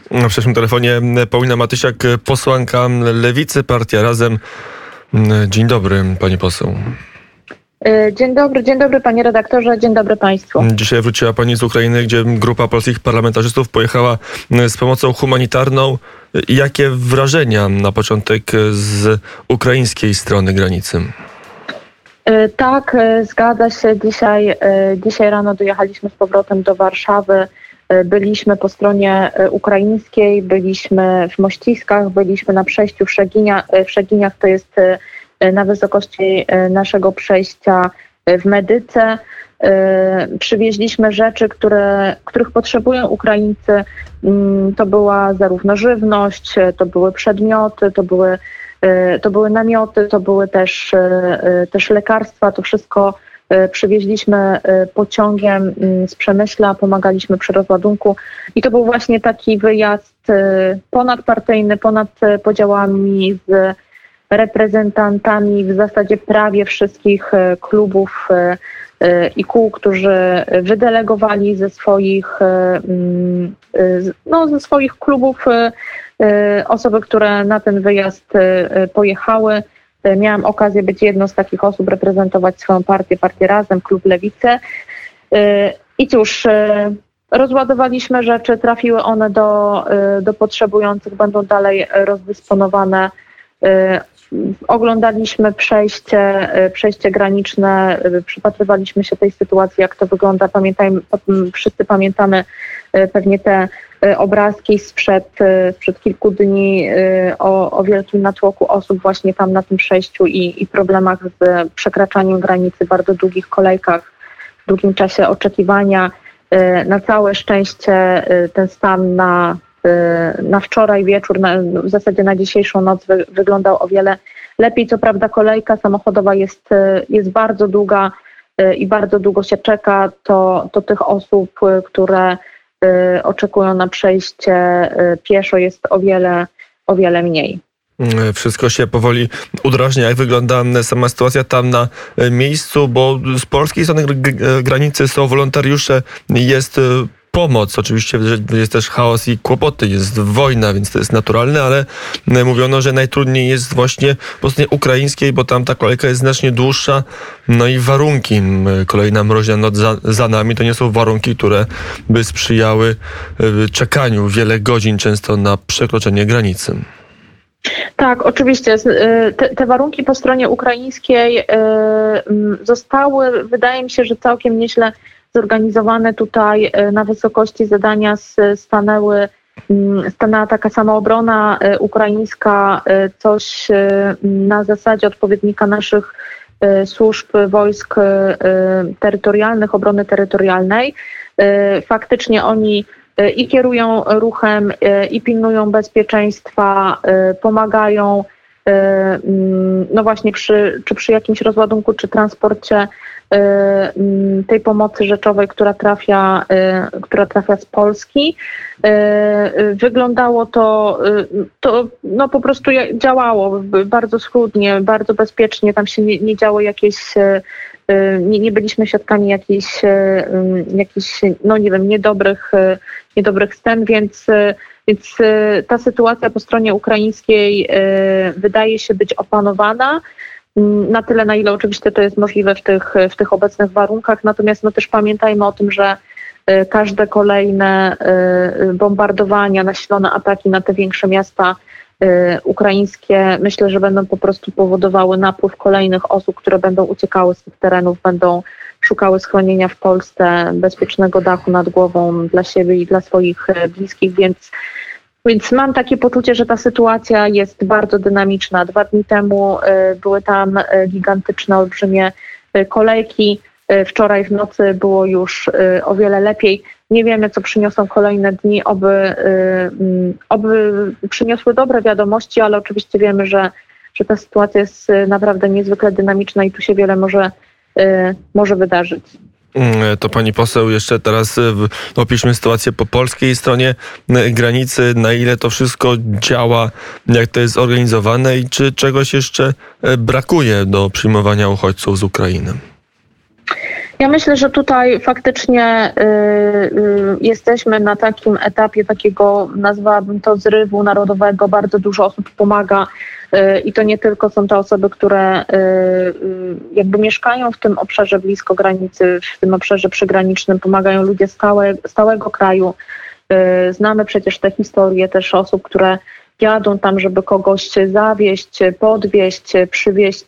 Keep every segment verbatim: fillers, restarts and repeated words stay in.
W przyszłym telefonie Paulina Matysiak, posłanka Lewicy, Partia Razem. Dzień dobry, pani poseł. Dzień dobry, dzień dobry panie redaktorze, dzień dobry państwu. Dzisiaj wróciła pani z Ukrainy, gdzie grupa polskich parlamentarzystów pojechała z pomocą humanitarną. Jakie wrażenia na początek z ukraińskiej strony granicy? Tak, zgadza się. Dzisiaj, dzisiaj rano dojechaliśmy z powrotem do Warszawy. Byliśmy po stronie ukraińskiej, byliśmy w Mościskach, byliśmy na przejściu w, Szeginia, w Szeginiach, to jest na wysokości naszego przejścia w Medyce. Przywieźliśmy rzeczy, które, których potrzebują Ukraińcy. To była zarówno żywność, to były przedmioty, to były, to były namioty, to były też, też lekarstwa. To wszystko przywieźliśmy pociągiem z Przemyśla, pomagaliśmy przy rozładunku i to był właśnie taki wyjazd ponadpartyjny, ponad podziałami, z reprezentantami w zasadzie prawie wszystkich klubów i kół, którzy wydelegowali ze swoich, no, ze swoich klubów osoby, które na ten wyjazd pojechały. Miałam okazję być jedną z takich osób, reprezentować swoją partię, Partię Razem, klub Lewicy. I cóż, rozładowaliśmy rzeczy, trafiły one do, do potrzebujących, będą dalej rozdysponowane. Oglądaliśmy przejście, przejście graniczne, przypatrywaliśmy się tej sytuacji, jak to wygląda. Pamiętajmy, wszyscy pamiętamy pewnie te obrazki sprzed, sprzed kilku dni o, o wielkim natłoku osób właśnie tam na tym przejściu i, i problemach z przekraczaniem granicy, bardzo długich kolejkach, długim czasie oczekiwania. Na całe szczęście ten stan na, na wczoraj wieczór, na, w zasadzie na dzisiejszą noc wy, wyglądał o wiele lepiej. Co prawda kolejka samochodowa jest, jest bardzo długa i bardzo długo się czeka, to, to tych osób, które oczekują na przejście pieszo, jest o wiele, o wiele mniej. Wszystko się powoli udrażnia. Jak wygląda sama sytuacja tam na miejscu, bo z polskiej strony granicy są wolontariusze, jest pomoc. Oczywiście jest też chaos i kłopoty, jest wojna, więc to jest naturalne, ale mówiono, że najtrudniej jest właśnie po stronie ukraińskiej, bo tam ta kolejka jest znacznie dłuższa. No i warunki, kolejna mroźna noc za, za nami, to nie są warunki, które by sprzyjały czekaniu wiele godzin często na przekroczenie granicy. Tak, oczywiście. Te, te warunki po stronie ukraińskiej zostały, wydaje mi się, że całkiem nieźle zorganizowane. Tutaj na wysokości zadania stanęły, stanęła taka samoobrona ukraińska, coś na zasadzie odpowiednika naszych służb wojsk terytorialnych, obrony terytorialnej. Faktycznie oni i kierują ruchem, i pilnują bezpieczeństwa, pomagają no właśnie przy, czy przy jakimś rozładunku, czy transporcie tej pomocy rzeczowej, która trafia, która trafia z Polski. Wyglądało to, to no po prostu działało bardzo schludnie, bardzo bezpiecznie, tam się nie, nie działo jakieś, nie, nie byliśmy świadkami jakichś, jakichś, no nie wiem, niedobrych, niedobrych scen, więc, więc ta sytuacja po stronie ukraińskiej wydaje się być opanowana. Na tyle, na ile oczywiście to jest możliwe w tych, w tych obecnych warunkach. Natomiast no też pamiętajmy o tym, że każde kolejne bombardowania, nasilone ataki na te większe miasta ukraińskie, myślę, że będą po prostu powodowały napływ kolejnych osób, które będą uciekały z tych terenów, będą szukały schronienia w Polsce, bezpiecznego dachu nad głową dla siebie i dla swoich bliskich, więc Więc mam takie poczucie, że ta sytuacja jest bardzo dynamiczna. Dwa dni temu były tam gigantyczne, olbrzymie kolejki. Wczoraj w nocy było już o wiele lepiej. Nie wiemy, co przyniosą kolejne dni, oby, oby przyniosły dobre wiadomości, ale oczywiście wiemy, że, że ta sytuacja jest naprawdę niezwykle dynamiczna i tu się wiele może, może wydarzyć. To pani poseł, jeszcze teraz opiszmy sytuację po polskiej stronie granicy, na ile to wszystko działa, jak to jest zorganizowane i czy czegoś jeszcze brakuje do przyjmowania uchodźców z Ukrainy? Ja myślę, że tutaj faktycznie y, y, jesteśmy na takim etapie takiego, nazwałabym to, zrywu narodowego. Bardzo dużo osób pomaga y, i to nie tylko są te osoby, które y, y, jakby mieszkają w tym obszarze blisko granicy, w tym obszarze przygranicznym, pomagają ludzie z stałe, stałego kraju. Y, znamy przecież te historie też osób, które jadą tam, żeby kogoś zawieźć, podwieźć, przywieźć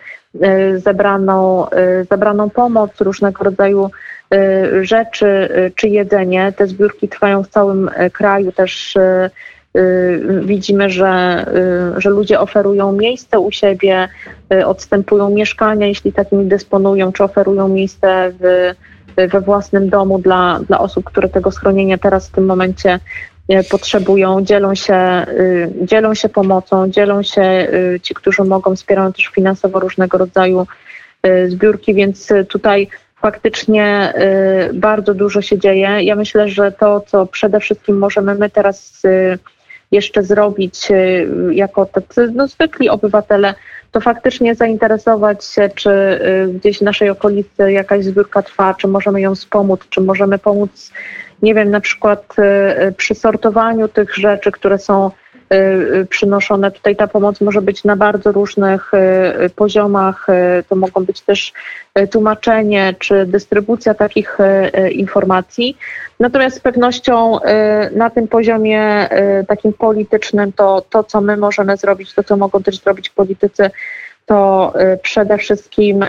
zebraną, zebraną pomoc, różnego rodzaju rzeczy czy jedzenie. Te zbiórki trwają w całym kraju. Też widzimy, że, że ludzie oferują miejsce u siebie, odstępują mieszkania, jeśli takimi dysponują, czy oferują miejsce w, we własnym domu dla, dla osób, które tego schronienia teraz w tym momencie potrzebują, dzielą się, dzielą się pomocą, dzielą się ci, którzy mogą, wspierają też finansowo różnego rodzaju zbiórki, więc tutaj faktycznie bardzo dużo się dzieje. Ja myślę, że to, co przede wszystkim możemy my teraz jeszcze zrobić jako tacy no, zwykli obywatele, to faktycznie zainteresować się, czy gdzieś w naszej okolicy jakaś zbiórka trwa, czy możemy ją wspomóc, czy możemy pomóc, nie wiem, na przykład przy sortowaniu tych rzeczy, które są przynoszone. Tutaj ta pomoc może być na bardzo różnych poziomach. To mogą być też tłumaczenie czy dystrybucja takich informacji. Natomiast z pewnością na tym poziomie takim politycznym to, to co my możemy zrobić, to co mogą też zrobić politycy, to przede wszystkim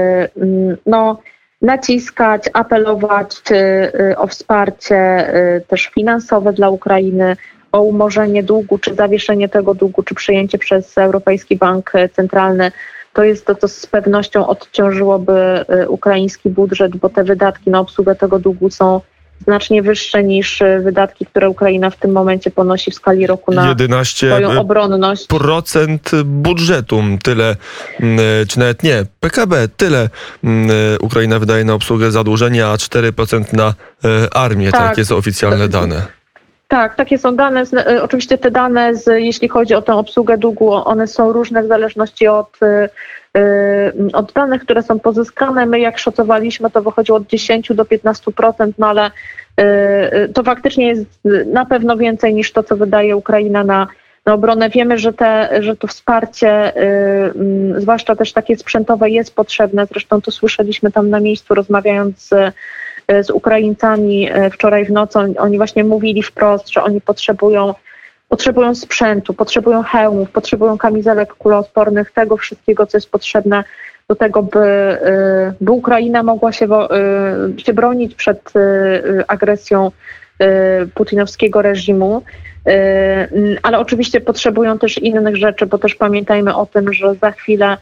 no, naciskać, apelować o wsparcie też finansowe dla Ukrainy, o umorzenie długu, czy zawieszenie tego długu, czy przyjęcie przez Europejski Bank Centralny. To jest to, co z pewnością odciążyłoby ukraiński budżet, bo te wydatki na obsługę tego długu są znacznie wyższe niż wydatki, które Ukraina w tym momencie ponosi w skali roku na swoją obronność. Procent budżetu, tyle, czy nawet nie, P K B, tyle Ukraina wydaje na obsługę zadłużenia, a cztery procent na armię. Tak. Takie są oficjalne dane. Tak, takie są dane. Oczywiście te dane, z, jeśli chodzi o tę obsługę długu, one są różne w zależności od, od danych, które są pozyskane. My jak szacowaliśmy, to wychodziło od dziesięć do piętnastu procent, no ale to faktycznie jest na pewno więcej niż to, co wydaje Ukraina na, na obronę. Wiemy, że, te, że to wsparcie, zwłaszcza też takie sprzętowe, jest potrzebne. Zresztą to słyszeliśmy tam na miejscu, rozmawiając z z Ukraińcami wczoraj w nocy. Oni właśnie mówili wprost, że oni potrzebują, potrzebują sprzętu, potrzebują hełmów, potrzebują kamizelek kuloodpornych, tego wszystkiego, co jest potrzebne do tego, by, by Ukraina mogła się, się bronić przed agresją putinowskiego reżimu. Ale oczywiście potrzebują też innych rzeczy, bo też pamiętajmy o tym, że za chwilę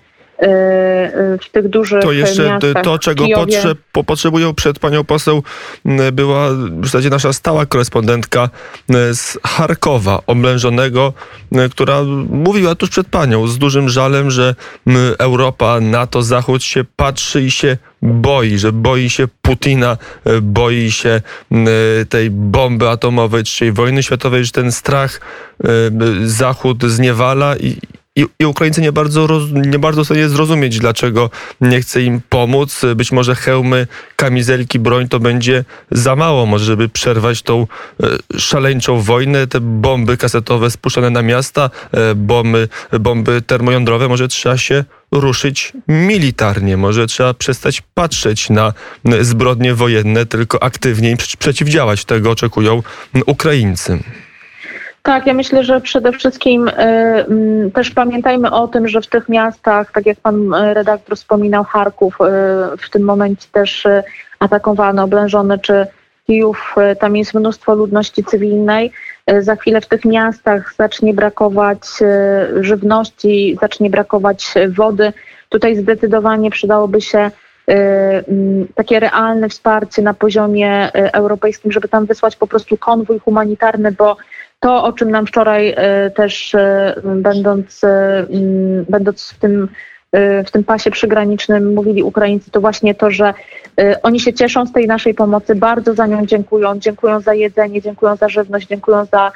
w tych dużych To jeszcze miastach, to, czego potrze, po, potrzebują przed panią poseł, była w zasadzie nasza stała korespondentka z Charkowa, oblężonego, która mówiła tuż przed panią z dużym żalem, że Europa, NATO, Zachód się patrzy i się boi, że boi się Putina, boi się tej bomby atomowej, trzeciej wojny światowej, że ten strach Zachód zniewala i I, I Ukraińcy nie bardzo, roz, nie bardzo sobie zrozumieć, dlaczego nie chce im pomóc. Być może hełmy, kamizelki, broń to będzie za mało, może żeby przerwać tą e, szaleńczą wojnę. Te bomby kasetowe spuszczane na miasta, e, bomby, bomby termojądrowe, może trzeba się ruszyć militarnie, może trzeba przestać patrzeć na zbrodnie wojenne, tylko aktywniej przeciwdziałać. Tego oczekują Ukraińcy. Tak, ja myślę, że przede wszystkim y, y, też pamiętajmy o tym, że w tych miastach, tak jak pan redaktor wspominał, Charków, y, w tym momencie też y, atakowany, oblężony, czy Kijów, y, tam jest mnóstwo ludności cywilnej. Y, za chwilę w tych miastach zacznie brakować y, żywności, zacznie brakować wody. Tutaj zdecydowanie przydałoby się y, y, takie realne wsparcie na poziomie y, europejskim, żeby tam wysłać po prostu konwój humanitarny, bo to, o czym nam wczoraj y, też y, będąc, y, y, będąc w tym, y, w tym pasie przygranicznym mówili Ukraińcy, to właśnie to, że y, oni się cieszą z tej naszej pomocy, bardzo za nią dziękują, dziękują za jedzenie, dziękują za żywność, dziękują za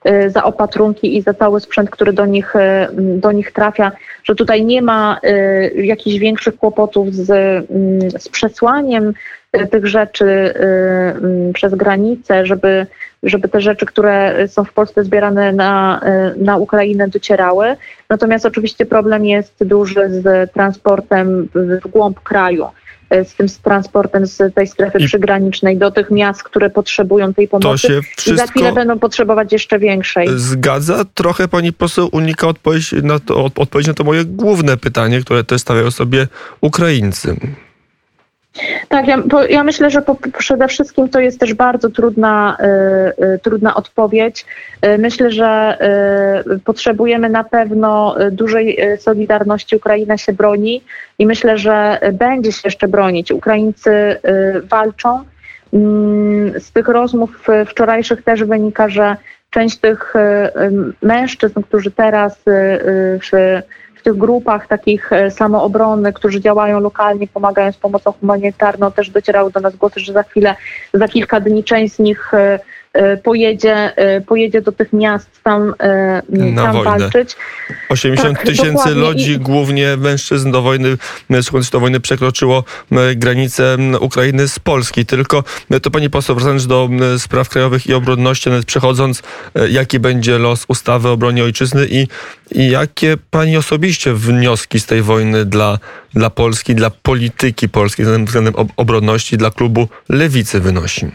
za opatrunki i za cały sprzęt, który do nich, do nich trafia, że tutaj nie ma jakichś większych kłopotów z, z przesłaniem tych rzeczy przez granicę, żeby, żeby te rzeczy, które są w Polsce zbierane na, na Ukrainę, docierały. Natomiast oczywiście problem jest duży z transportem w głąb kraju, z tym z transportem z tej strefy I przygranicznej do tych miast, które potrzebują tej pomocy. I za chwilę będą potrzebować jeszcze większej. Zgadza? Trochę pani poseł unika odpowiedzi na to, odpowiedzi na to moje główne pytanie, które też stawiają sobie Ukraińcy. Tak, ja, ja myślę, że po, przede wszystkim to jest też bardzo trudna, y, y, trudna odpowiedź. Y, myślę, że y, potrzebujemy na pewno dużej solidarności. Ukraina się broni i myślę, że będzie się jeszcze bronić. Ukraińcy y, walczą. Y, z tych rozmów wczorajszych też wynika, że część tych y, mężczyzn, którzy teraz y, w w tych grupach takich samoobrony, którzy działają lokalnie, pomagają z pomocą humanitarną, też docierały do nas głosy, że za chwilę, za kilka dni część z nich pojedzie, pojedzie do tych miast tam, tam walczyć. osiemdziesiąt tak, tysięcy dokładnie. ludzi, I... głównie mężczyzn do wojny, słuchając do wojny, przekroczyło granicę Ukrainy z Polski. Tylko to pani poseł, wracając do spraw krajowych i obronności, nawet przechodząc, jaki będzie los ustawy o obronie ojczyzny i, i jakie pani osobiście wnioski z tej wojny dla, dla Polski, dla polityki polskiej względem obronności, dla klubu Lewicy wynosi?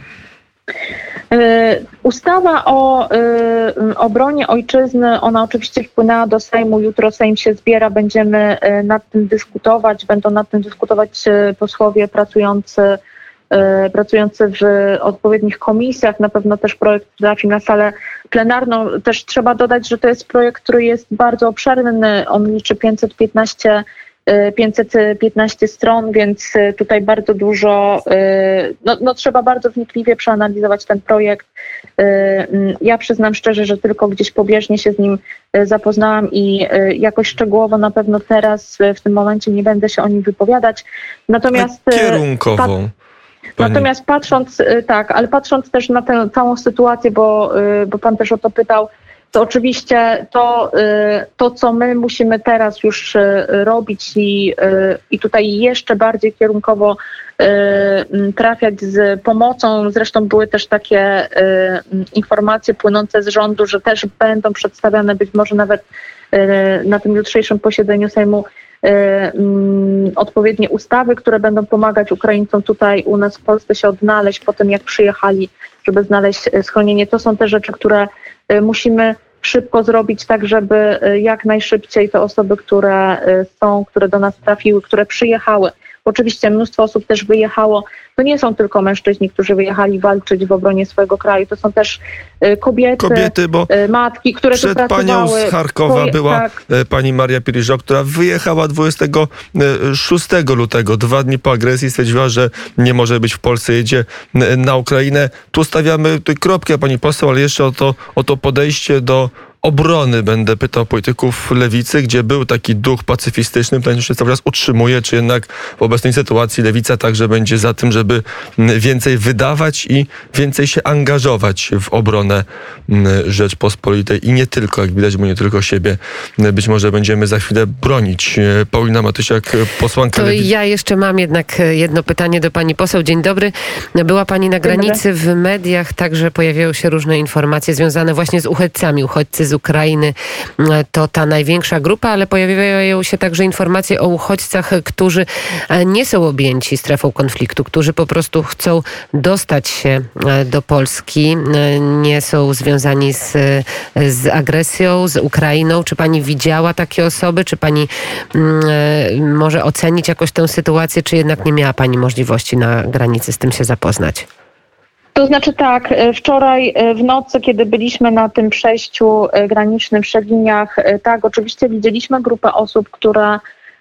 Ustawa o y, obronie ojczyzny, ona oczywiście wpłynęła do Sejmu. Jutro Sejm się zbiera, będziemy nad tym dyskutować. Będą nad tym dyskutować posłowie pracujący, y, pracujący w odpowiednich komisjach. Na pewno też projekt trafi na salę plenarną. Też trzeba dodać, że to jest projekt, który jest bardzo obszerny. On liczy pięćset piętnaście pięćset piętnaście stron, więc tutaj bardzo dużo, no, no trzeba bardzo wnikliwie przeanalizować ten projekt. Ja przyznam szczerze, że tylko gdzieś pobieżnie się z nim zapoznałam i jakoś szczegółowo na pewno teraz w tym momencie nie będę się o nim wypowiadać. Natomiast kierunkową. Pani... Natomiast patrząc, tak, ale patrząc też na tę całą sytuację, bo, bo pan też o to pytał, to oczywiście to, to, co my musimy teraz już robić i, i tutaj jeszcze bardziej kierunkowo trafiać z pomocą. Zresztą były też takie informacje płynące z rządu, że też będą przedstawiane być może nawet na tym jutrzejszym posiedzeniu Sejmu odpowiednie ustawy, które będą pomagać Ukraińcom tutaj u nas w Polsce się odnaleźć po tym, jak przyjechali, żeby znaleźć schronienie. To są te rzeczy, które musimy szybko zrobić tak, żeby jak najszybciej te osoby, które są, które do nas trafiły, które przyjechały. Oczywiście mnóstwo osób też wyjechało. To nie są tylko mężczyźni, którzy wyjechali walczyć w obronie swojego kraju. To są też kobiety, kobiety bo matki, które tu pracowały. Przed panią z Charkowa Twoje, była tak. pani Maria Piriżo, która wyjechała dwudziestego szóstego lutego, dwa dni po agresji, stwierdziła, że nie może być w Polsce, jedzie na Ukrainę. Tu stawiamy kropkę, pani poseł, ale jeszcze o to, o to podejście do obrony będę pytał polityków Lewicy, gdzie był taki duch pacyfistyczny, ten się cały czas utrzymuje, czy jednak w obecnej sytuacji Lewica także będzie za tym, żeby więcej wydawać i więcej się angażować w obronę Rzeczpospolitej i nie tylko, jak widać, bo nie tylko siebie. Być może będziemy za chwilę bronić. Paulina Matysiak, posłanka To Lewicy. ja jeszcze mam jednak jedno pytanie do pani poseł. Dzień dobry. Była pani na granicy, w mediach także pojawiają się różne informacje związane właśnie z uchodźcami. Uchodźcy z Ukrainy to ta największa grupa, ale pojawiają się także informacje o uchodźcach, którzy nie są objęci strefą konfliktu, którzy po prostu chcą dostać się do Polski, nie są związani z, z agresją, z Ukrainą. Czy pani widziała takie osoby? Czy pani mm, może ocenić jakoś tę sytuację, czy jednak nie miała pani możliwości na granicy z tym się zapoznać? To znaczy tak, wczoraj w nocy, kiedy byliśmy na tym przejściu granicznym w Szewiniach, tak, oczywiście widzieliśmy grupę osób, które,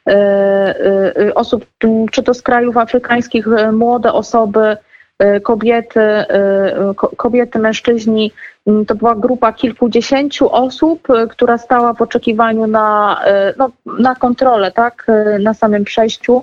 osób, czy to z krajów afrykańskich, młode osoby, kobiety, kobiety, mężczyźni. To była grupa kilkudziesięciu osób, która stała w oczekiwaniu na, no, na kontrolę, tak, na samym przejściu.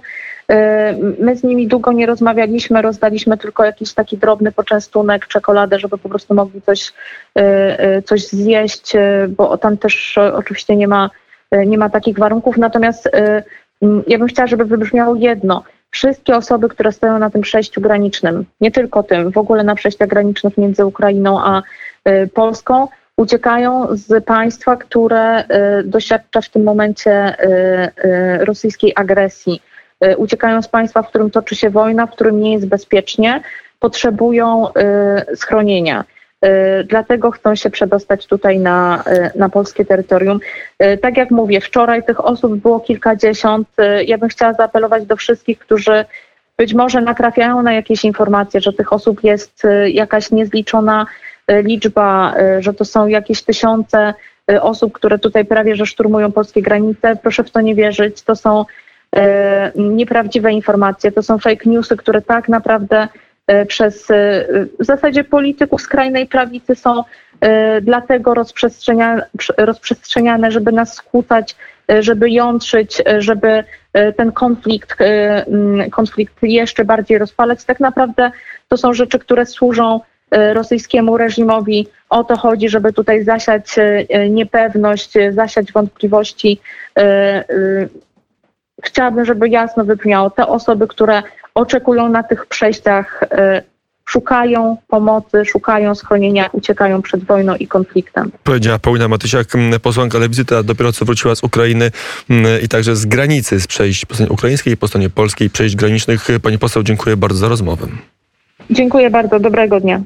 My z nimi długo nie rozmawialiśmy, rozdaliśmy tylko jakiś taki drobny poczęstunek, czekoladę, żeby po prostu mogli coś, coś zjeść, bo tam też oczywiście nie ma, nie ma takich warunków. Natomiast ja bym chciała, żeby wybrzmiało jedno. Wszystkie osoby, które stoją na tym przejściu granicznym, nie tylko tym, w ogóle na przejściach granicznych między Ukrainą a Polską, uciekają z państwa, które doświadcza w tym momencie rosyjskiej agresji. Uciekają z państwa, w którym toczy się wojna, w którym nie jest bezpiecznie, potrzebują schronienia. Dlatego chcą się przedostać tutaj na, na polskie terytorium. Tak jak mówię, wczoraj tych osób było kilkadziesiąt. Ja bym chciała zaapelować do wszystkich, którzy być może natrafiają na jakieś informacje, że tych osób jest jakaś niezliczona liczba, że to są jakieś tysiące osób, które tutaj prawie że szturmują polskie granice. Proszę w to nie wierzyć. To są nieprawdziwe informacje, to są fake newsy, które tak naprawdę przez w zasadzie polityków skrajnej prawicy są dlatego rozprzestrzeniane, rozprzestrzeniane, żeby nas skłócać, żeby jątrzyć, żeby ten konflikt, konflikt jeszcze bardziej rozpalać. Tak naprawdę to są rzeczy, które służą rosyjskiemu reżimowi. O to chodzi, żeby tutaj zasiać niepewność, zasiać wątpliwości. Chciałabym, żeby jasno wybrzmiało, te osoby, które oczekują na tych przejściach, szukają pomocy, szukają schronienia, uciekają przed wojną i konfliktem. Powiedziała Paulina Matysiak, posłanka Lewicy, która dopiero co wróciła z Ukrainy i także z granicy, z przejść po stronie ukraińskiej i po stronie polskiej, przejść granicznych. Pani poseł, dziękuję bardzo za rozmowę. Dziękuję bardzo, dobrego dnia.